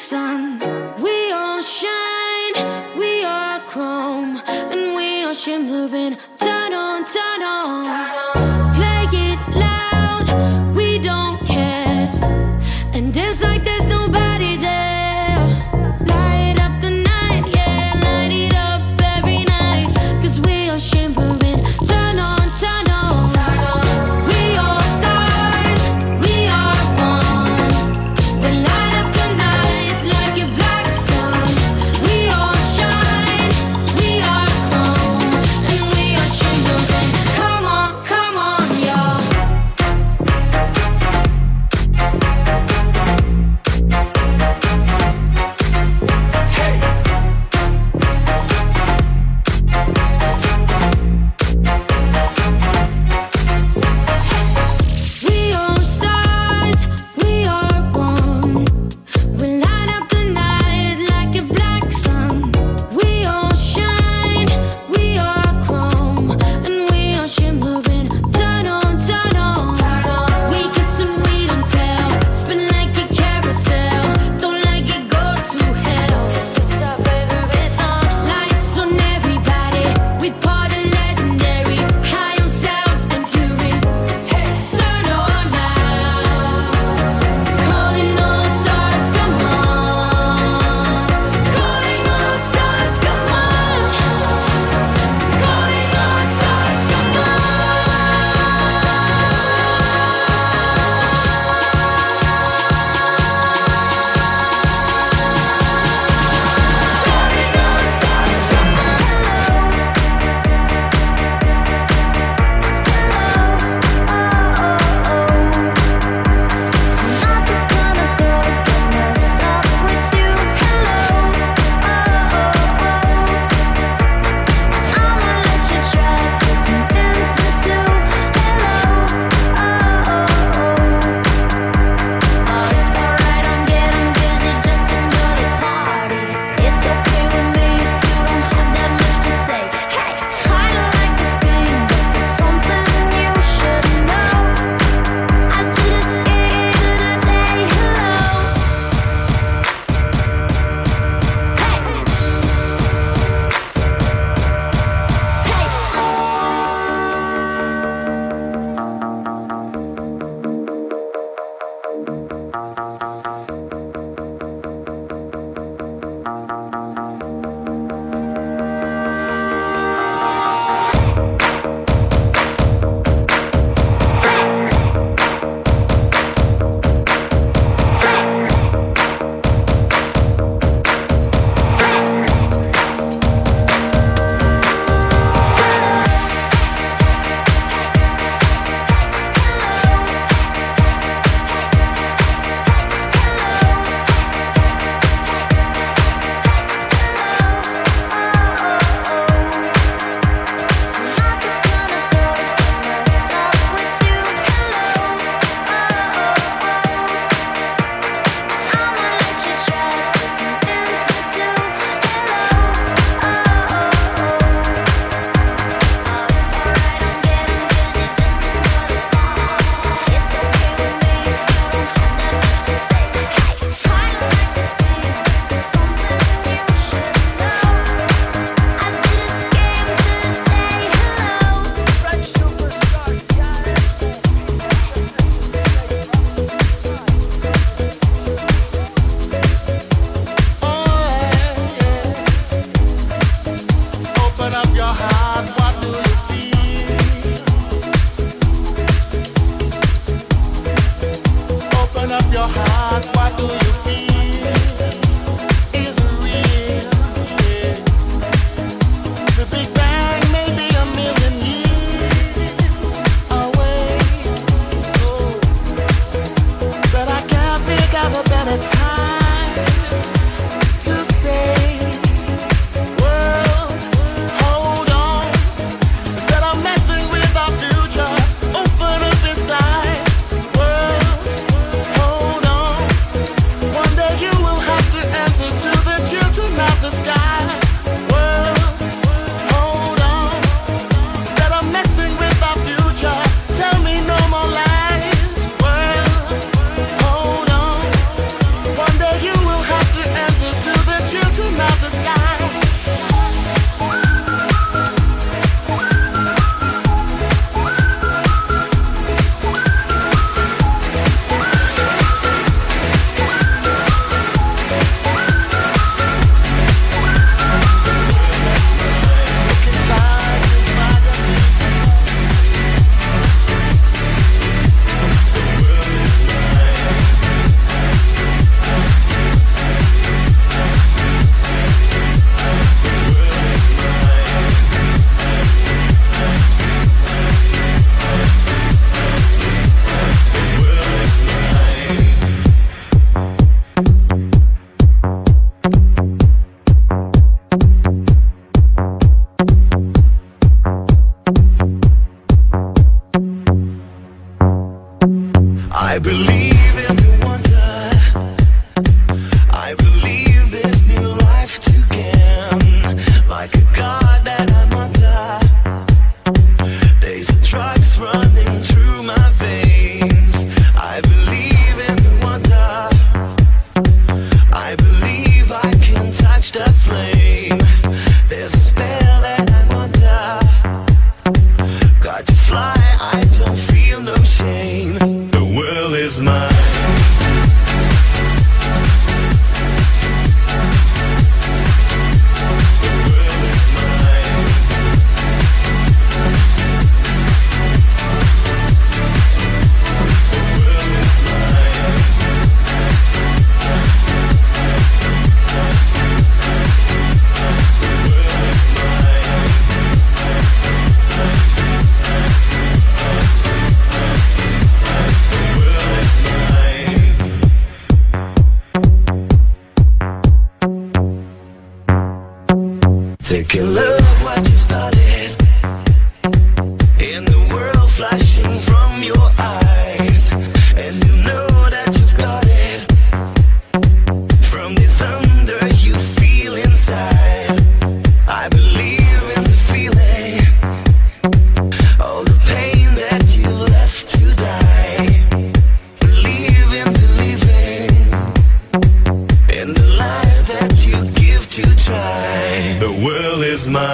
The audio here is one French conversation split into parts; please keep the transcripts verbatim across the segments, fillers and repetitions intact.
sun. We all shine, we are chrome, and we are shimmering. Turn on, turn on. Play it loud, we don't care. And it's like there's nobody there. Light up the night, yeah, light it up every night. Cause we are shimmering. Turn on, turn on. We are stars, we are one. We light up the night like a black sun. We all shine, we are chrome, and we are shimmering. Come on, come on, y'all. We are stars, we are one. We light up the night like a black sun. We all shine, we are chrome, and we are shimmering. Turn on, turn on. We kiss and we don't tell. Spin like a carousel. Don't like it, go to hell. This is our favorite song. Lights on everybody. We party legendary. High on sound and fury. Turn on now. Calling all stars, come on. Calling all stars, come on. Calling all stars, come on. Calling all stars, come Open up your heart, what do you feel? Open up your heart, what do you feel? Is it real? Yeah. The Big Bang may be a million years away. Oh. But I can't think of a better time to say, you will have to Take a look what you started, in the world flashing from your eyes, and you know that you've got it, from the thunder you feel inside. I believe in the feeling, all the pain that you left to die. Believe in believing in the life that you give to try. The world is mine.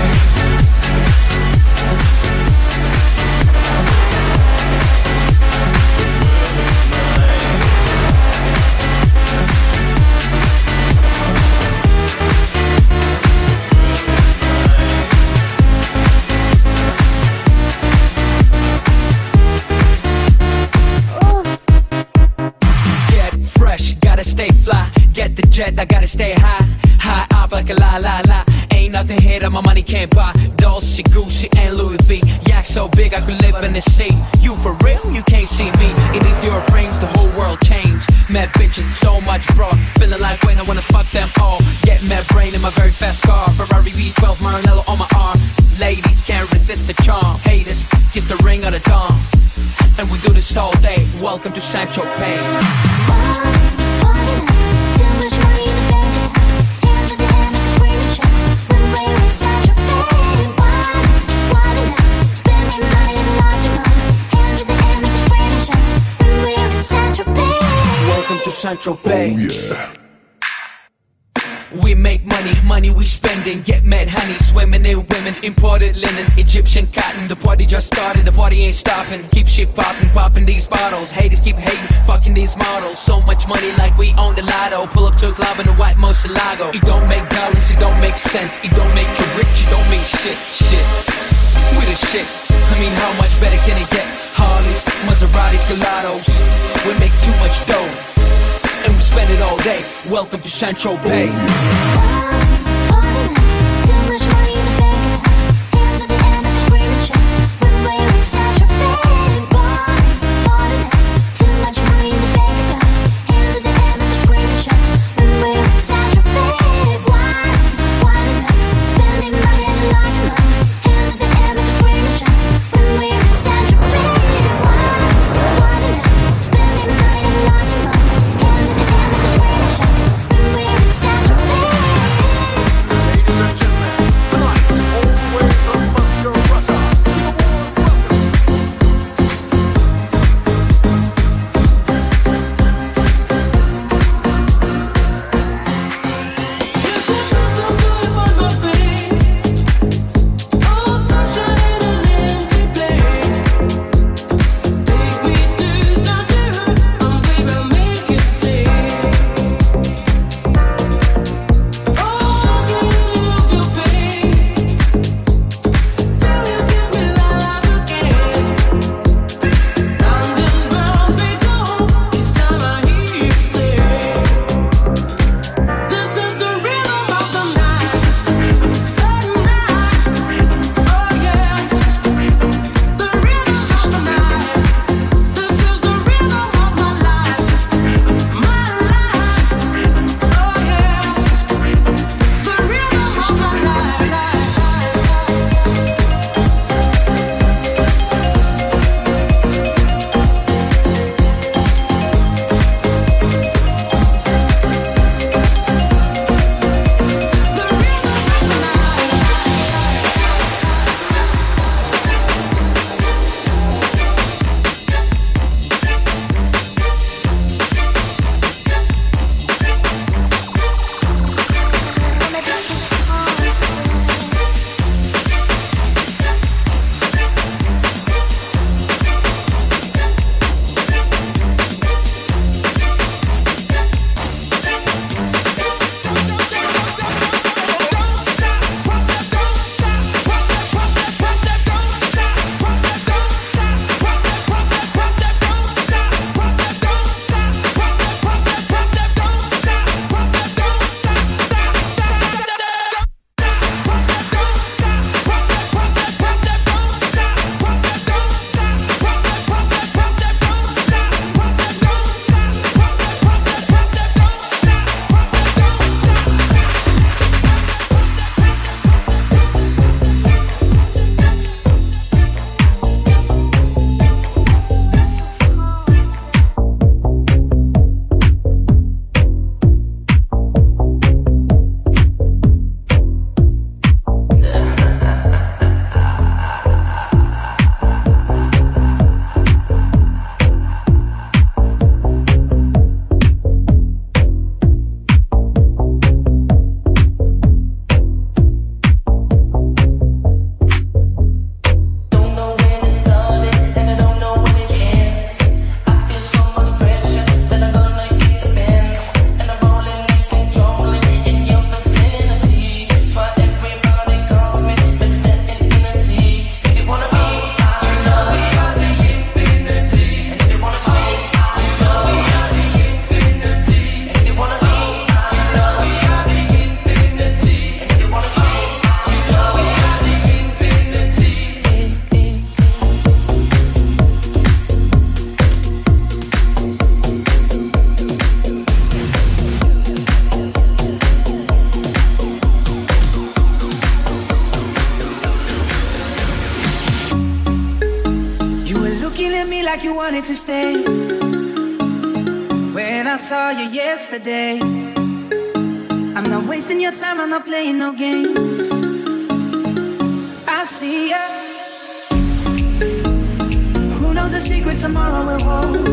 Stay fly, get the jet, I gotta stay high. High up like a la la la. Ain't nothing here that my money can't buy. Dolce, Gucci, and Louis V. Yak so big I could live in the sea. You for real? You can't see me. In these zero frames, the whole world changed. Mad bitches, so much broad. Feeling like when I wanna fuck them all. Get mad brain in my very fast car. Ferrari V twelve, Maranello on my arm. Ladies can't resist the charm. Haters, kiss the ring of the dawn. And we do this all day. Welcome to Saint-Tropez. To Saint-Tropez. Oh yeah. We make money, money we spending. Get mad honey, swimming in women. Imported linen, Egyptian cotton. The party just started, the party ain't stopping. Keep shit popping, popping these bottles. Haters keep hating, fucking these models. So much money like we own the lotto. Pull up to a club in a white Moselago. It don't make dollars, it don't make sense. It don't make you rich, it don't mean shit, shit. We the shit, I mean how much better can it get? Harleys, Maseratis, Gelatos. We make too much dough and we spend it all day. Welcome to Saint-Tropez. wanted to stay. When I saw you yesterday, I'm not wasting your time, I'm not playing no games. I see ya. Who knows the secret tomorrow will hold?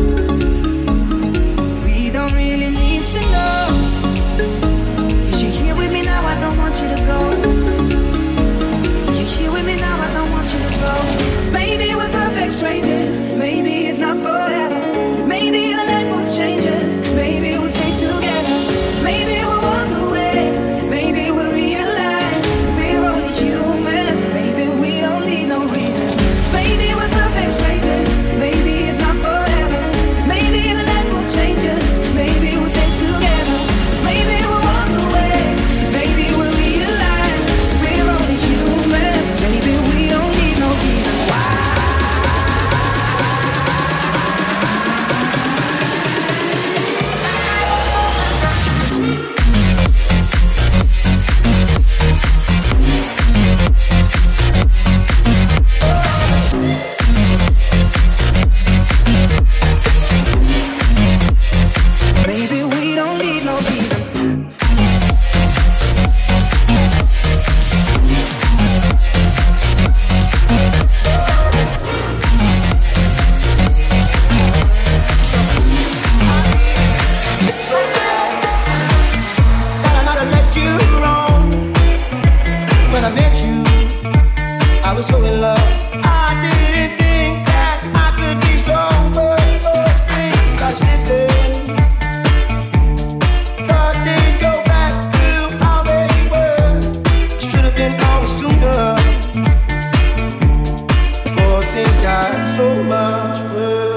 We don't really need to know. Cause you're here with me now, I don't want you to go. You're here with me now, I don't want you to go. Maybe we're perfect strangers, maybe it's not forever. Maybe the light will change us, maybe we'll stay together. Maybe we'll walk away, maybe we'll realize we're only human. Maybe we don't need no reason. Maybe we're perfect strangers, maybe it's not forever. Maybe the light will change us, maybe we'll stay together. Maybe we'll walk away, maybe we'll realize we're only human. Maybe we don't need no reason why. Maybe we don't need no reason. Thought I might have left you wrong. When I met you, I was so in love. I didn't think that I could be strong, but things got slipping. Thought they'd go back to how they were. Should have been on sooner. Before things got so much worse.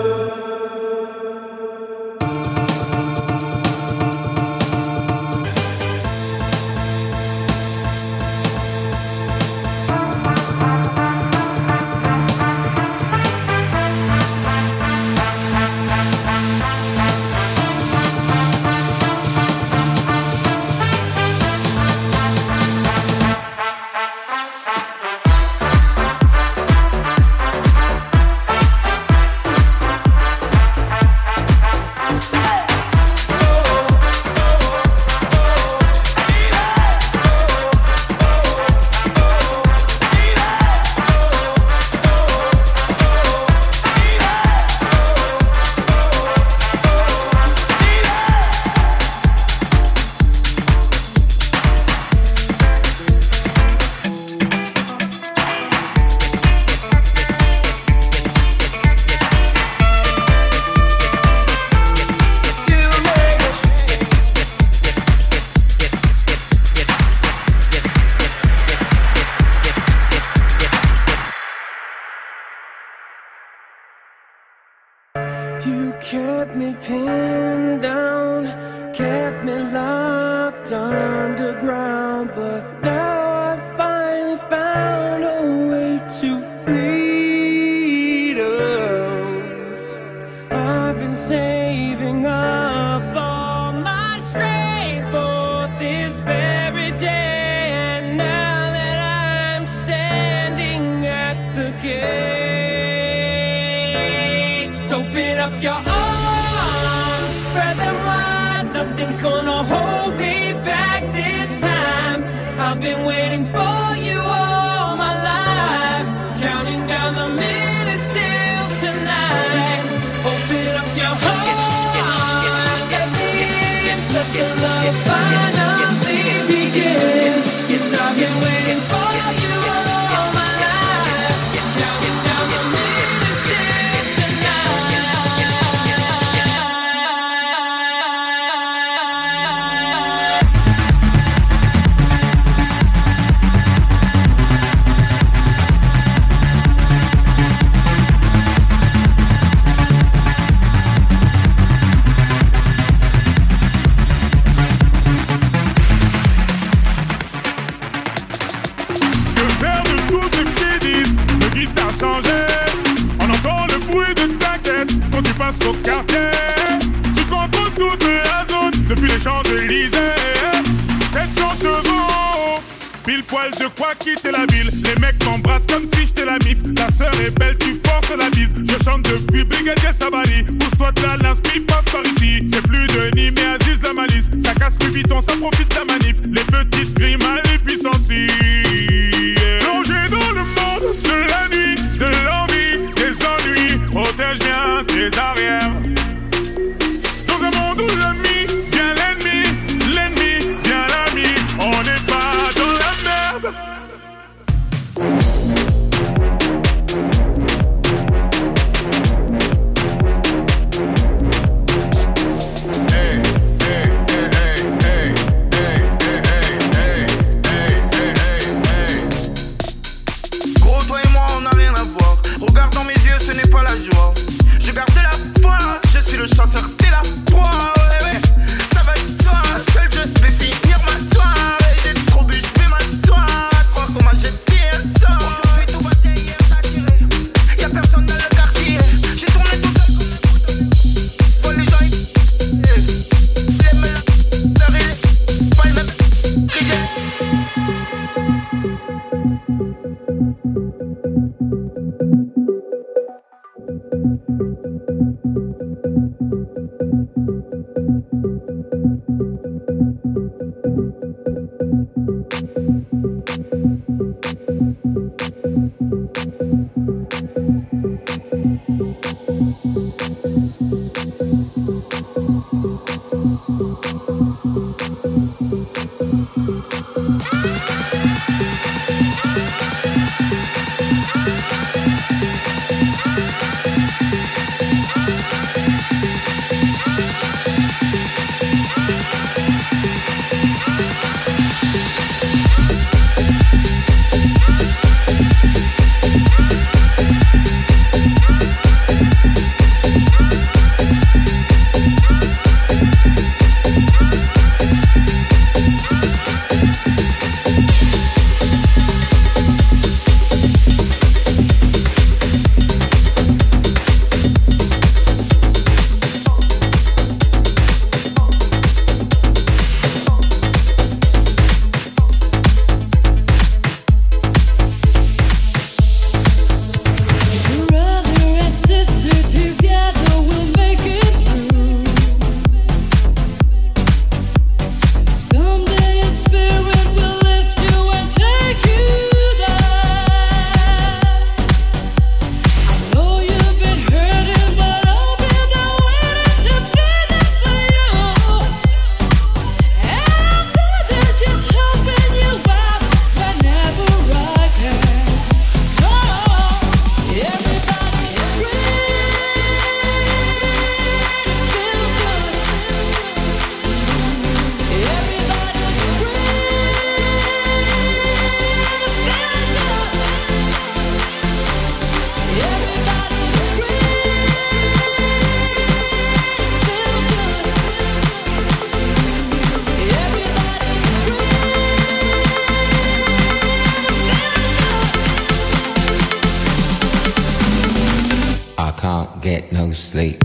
You kept me pinned down, kept me locked underground, but now I finally found a way to freedom. I've been saving up all my strength for this very day, and now that I'm standing at the gate, open up your arms, spread them wide. Nothing's gonna hold me back this time. I've been waiting for you all my life, counting down the minutes till tonight. Open up your heart, let me in, let the love finally begin. Yes, I've been waiting for you all my life, counting down the minutes till tonight. Au quartier, tu contrôles toute la zone depuis les Champs-Élysées. sept cents chevaux, pile poil, je crois quitter la ville. Les mecs m'embrassent comme si j'étais la mif. Ta sœur est belle, tu forces la bise. Je chante depuis Brigadier Sabali. Pousse-toi de là, l'inspi passe par ici. C'est plus Denis mais Aziz la malice. Ça casse plus vite, on s'en profite de la manif. Les petites grimes à les puissances. Plongé dans le monde de la nuit, de l'envie, des ennuis. Protège bien tes arrières. Dans un monde où l'ami vient l'ennemi, l'ennemi vient l'ami. On n'est pas dans la merde. Le chasseur, t'es la proie, ouais, ouais. Ça va être toi, seul je vais finir ma soirée. J'ai trop bu, je vais m'asseoir. À croire comment j'ai tiré un sort. Aujourd'hui tout va bien, hier ça a tiré. Y'a personne dans le quartier. J'ai tourné tout seul. Pour les gens, ils les me la rire. Pas le même crier. Get no sleep.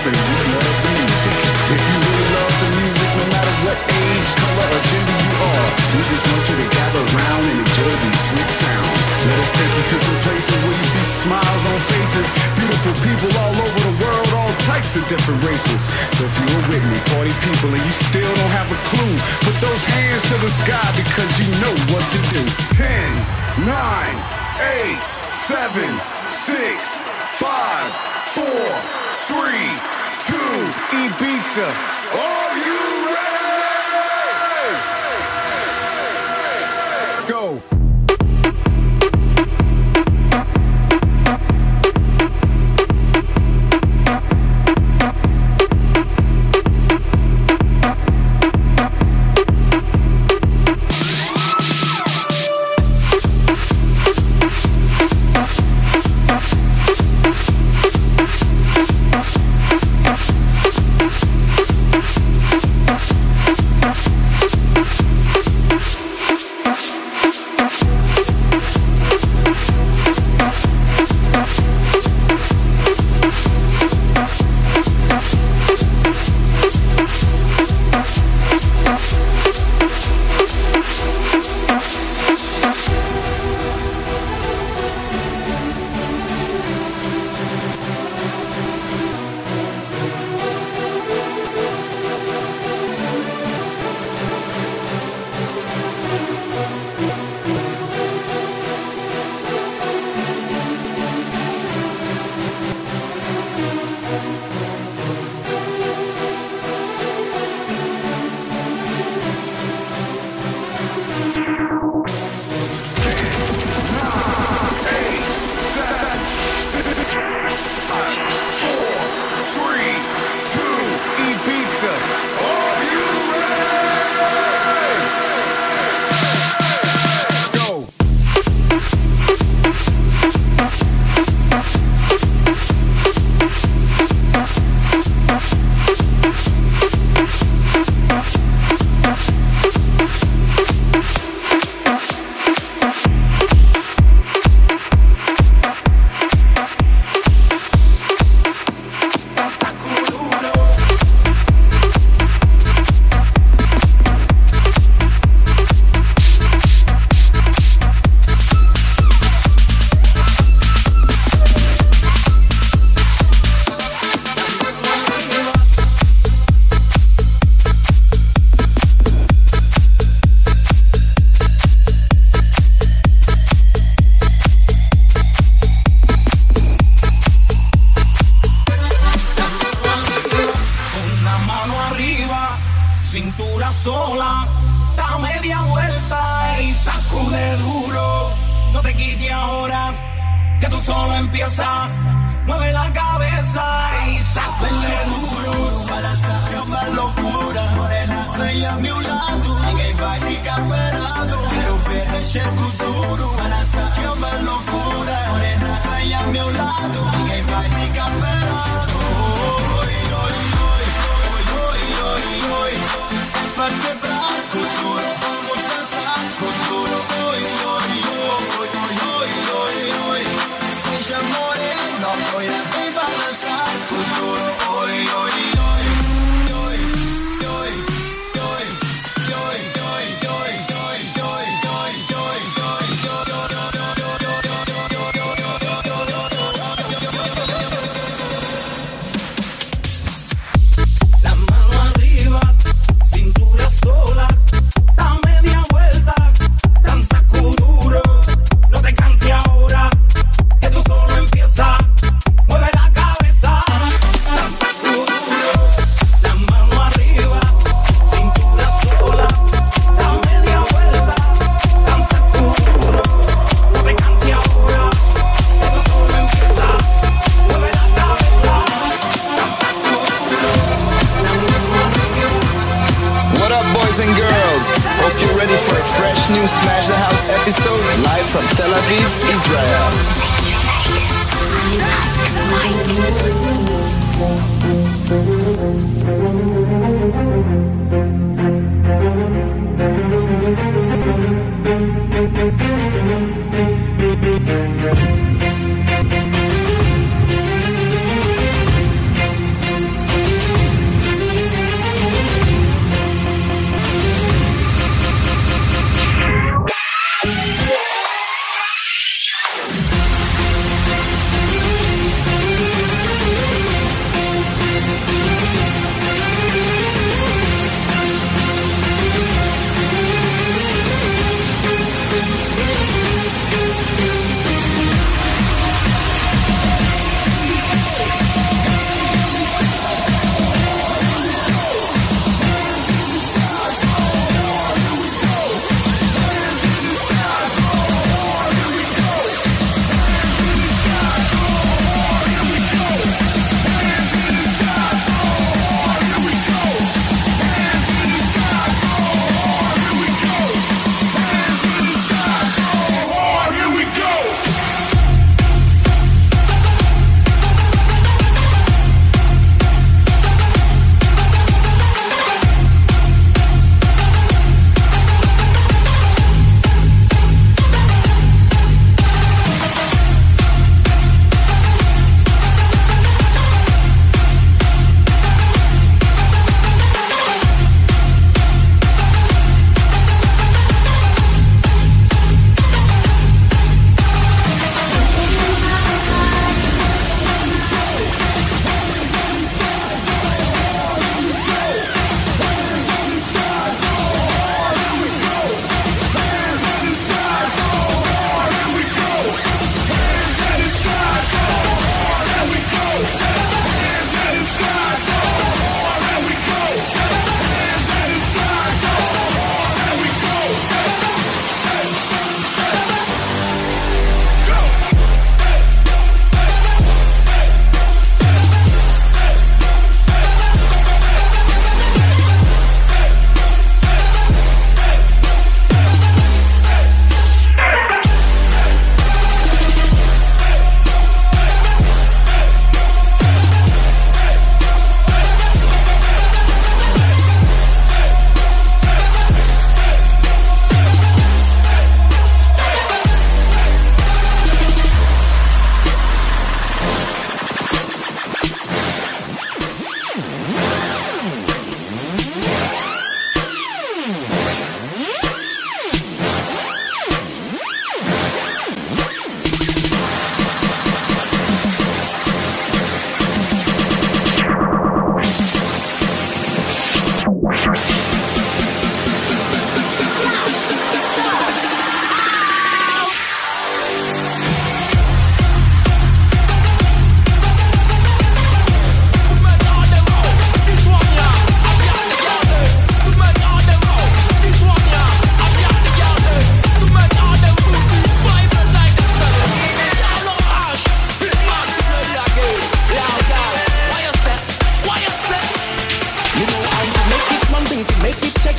and we love the music. If you really love the music, no matter what age, color, or gender you are, we just want you to gather around and enjoy these sweet sounds. Let us take you to some places where you see smiles on faces, beautiful people all over the world, all types of different races. So if you're with me, party people, and you still don't have a clue, put those hands to the sky because you know what to do. Ten, nine, eight, seven, six, five, four, three, two, Ibiza. Are you ready? Go.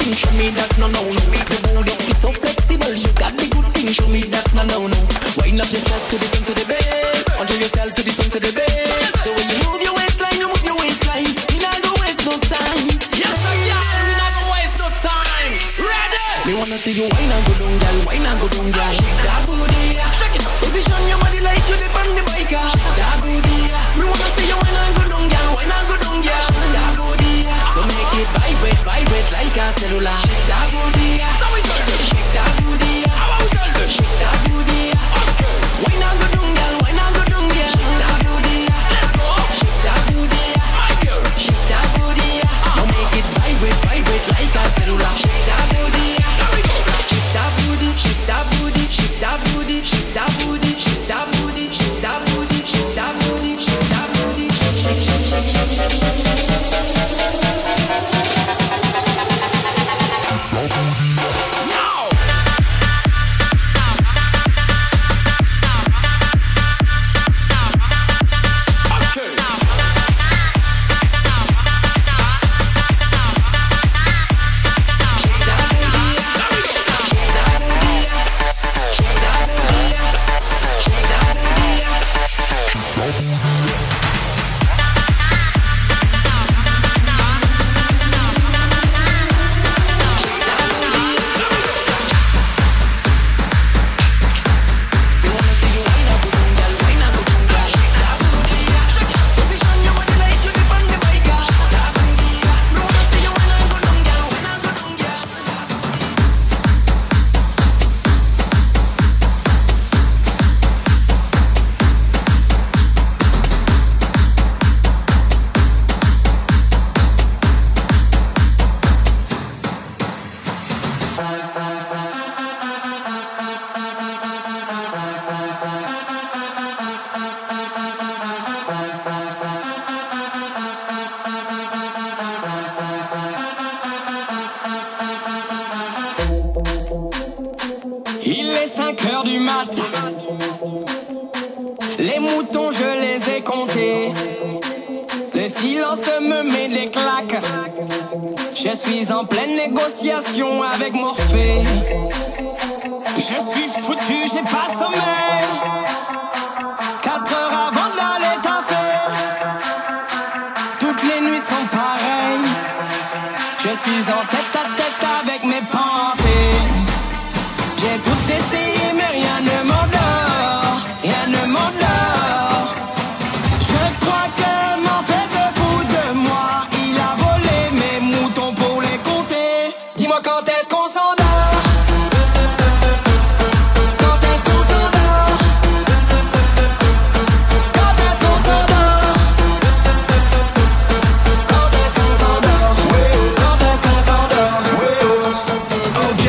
thing, show me that no no no. The booty is so flexible, you got the good thing, show me that no no no. Wind up yourself to the sun to the bed, onto yourself to the sun to the bed. So when you move your waistline, you move your waistline. We not gonna waste no time. Yes, I can. We not gonna waste no time. Ready? Me wanna see you wine and go down, girl. Wine and go down, girl. Shake that booty, shake it. Position your body like you dip on the bike. Shake that booty. Me wanna see you wine and go down, girl. Wine and go down, girl. Shake that booty. So make it vibrate, vibrate like a cellular. Shake that booty. So we tell them, shake that booty. How about we tell them, shake that booty. Okay. Wine and go down, girl. Wine and go down, girl. Shake that booty. Let's go. Shake that booty. My girl. Shake that booty. Now make it vibrate, vibrate like a cellular. Shake that booty. Here we go. Shake that booty. Shake that booty. Shake that booty. Shake that booty. Shake that booty. Shake that booty. Shake that booty. Shake that booty. Shake, shake, shake, shake, shake, shake, shake, shake, shake. Il est cinq heures du matin. Les moutons je les ai comptés. Le silence me met des claques. Je suis en pleine négociation avec Morphée. Je suis foutu, j'ai pas sommeil. Quatre heures avant d'aller taffer. Toutes les nuits sont pareilles. Je suis en tête à tête avec mes pensées. J'ai tout essayé mais rien ne m'endort. Rien ne m'endort. Je crois que mon fait se fout de moi. Il a volé mes moutons pour les compter. Dis-moi quand est-ce qu'on s'endort. Quand est-ce qu'on s'endort. Quand est-ce qu'on s'endort. Quand est-ce qu'on s'endort. Quand est-ce qu'on s'endort. Ok.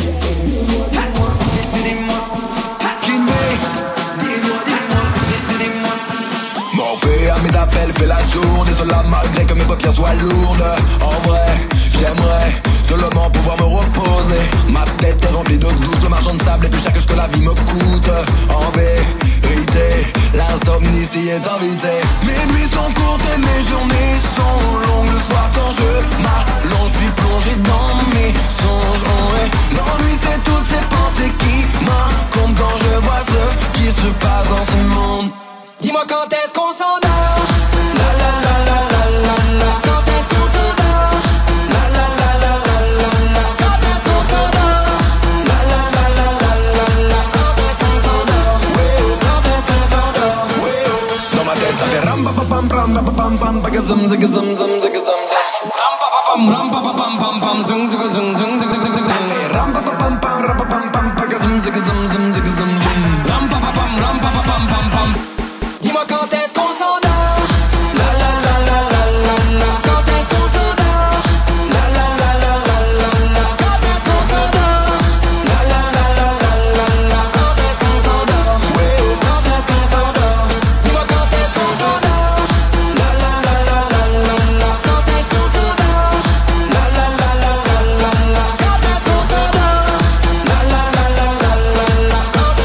Morphée à mes appels fait la sourde. Et cela malgré que mes paupières soient lourdes. En vrai, j'aimerais seulement pouvoir me reposer. Ma tête est remplie de doutes. Le marchand de sable est plus cher que ce que la vie me coûte. En vérité, l'insomnie s'y est invitée. Mes nuits sont courtes et mes journées sont longues. Le soir quand je m'allonge, je suis plongé dans mes songes. Oh ouais. L'ennui c'est toutes ces pensées qui m'incombent quand je vois ce qui se passe dans ce monde. Dis-moi quand est-ce qu'on s'endort. La la la la la la la. Quand est-ce qu'on s'endort. La la la la la la la. Quand est-ce qu'on s'endort. La la la la la la la. Quand est-ce qu'on s'endort. Quand est-ce qu'on s'endort. Dans ma tête ça fait ram pa pa pam pam pa pa pam pam pa ka zum zig zum zum zig zum zum. Ram pa pa pam ram pa pa pam pam pam zung zung zung zung zung zung zung. Ça fait ram pa pa pam pam ram pa pam pam pa ka zum zig zum zum zig zum zum. Ram pa pa pam ram pa pa pam pam pam. Dis-moi quand est-ce qu'on s'endort. La la la la la la la. Quand est-ce qu'on s'endort. La la la la la la la. Quand est-ce qu'on s'endort. La la la la la la la. Quand est-ce qu'on s'endort. Quand est-ce qu'on s'endort. Dis-moi quand est-ce qu'on s'endort. La la la la la la la. Quand est-ce qu'on s'endort. La la la la la la la. Quand est-ce qu'on s'endort. La la la la la la la. Quand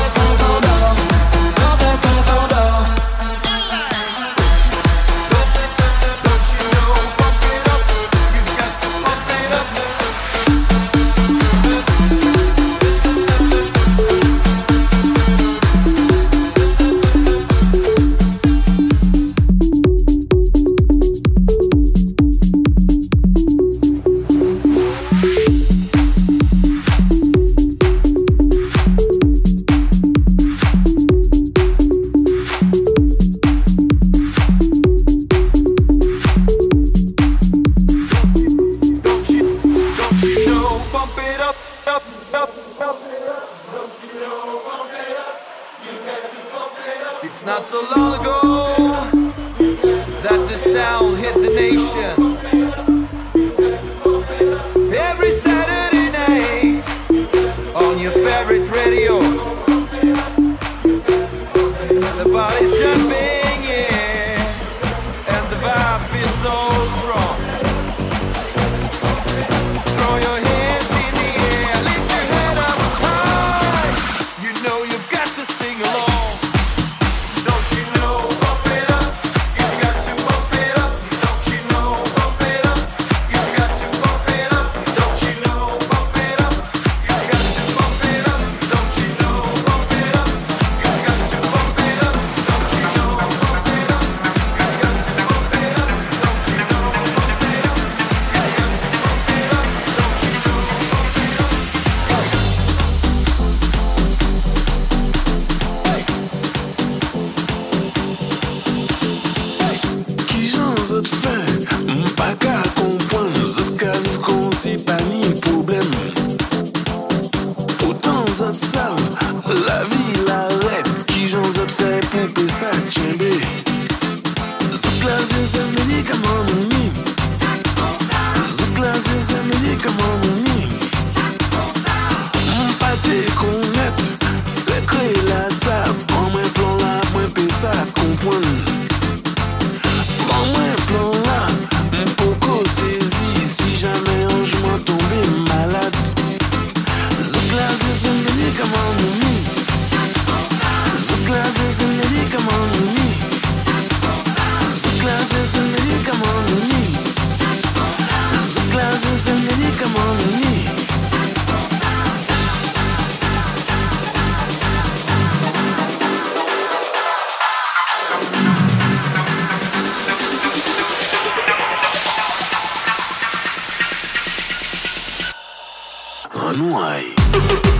so long ago that the sound hit the nation. Every Saturday night on your favorite radio, the body's jumping, yeah, and the vibe feels so strong. Throw your hands in the air, lift your head up high. You know you've got to sing along. Don't you know? Bump it up. You've got to bump it up. Don't you know? Bump it up. You've got to bump it up. Don't you know? Bump it up. You've got to bump it up. Don't you know? Bump it up. You've got to bump it up. Don't you know? Bump it up. You've got to bump it up. Don't you know? Bump it up. You've got to bump it up. Don't you know? Ki jan zot fè, m'pa ka kompwen, zot ka viv kon si pa ni problem. Autant zot sav, la vi la red, ki jan zot fè pou pe sa tchenbe. Zot la zè zè medikaman nou ni, zot la zè zè medikaman nou ni. M'pa te konet, sekre la sa, ban mwen plan la, mwen pe sa kompwen. Ban mwen plan la, m'poko sezi, si jamais anj mwen tombe malade. Zouk la zè zè medikaman nou ni, zouk la zè zè medikaman nou ni, zouk la zè zè medikaman nou ni, zouk la zè zè medikaman nou ni. Anouaille.